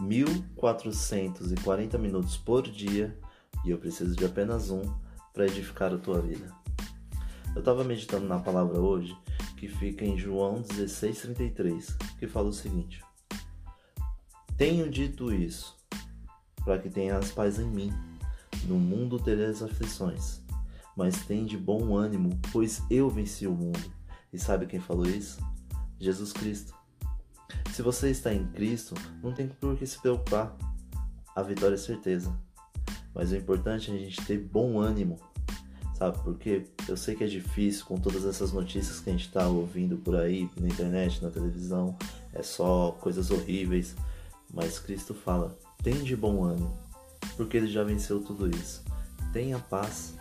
1440 minutos por dia e eu preciso de apenas um para edificar a tua vida. Eu estava meditando na palavra hoje, que fica em João 16:33, que fala o seguinte: Tenho dito isso, para que tenhas paz em mim. No mundo terás aflições, mas tende bom ânimo, pois eu venci o mundo. E sabe quem falou isso? Jesus Cristo. Se você está em Cristo, não tem por que se preocupar. A vitória é certeza. Mas o importante é a gente ter bom ânimo. Sabe por quê? Eu sei que é difícil com todas essas notícias que a gente está ouvindo por aí, na internet, na televisão. É só coisas horríveis. Mas Cristo fala, tem de bom ânimo, porque Ele já venceu tudo isso. Tenha paz.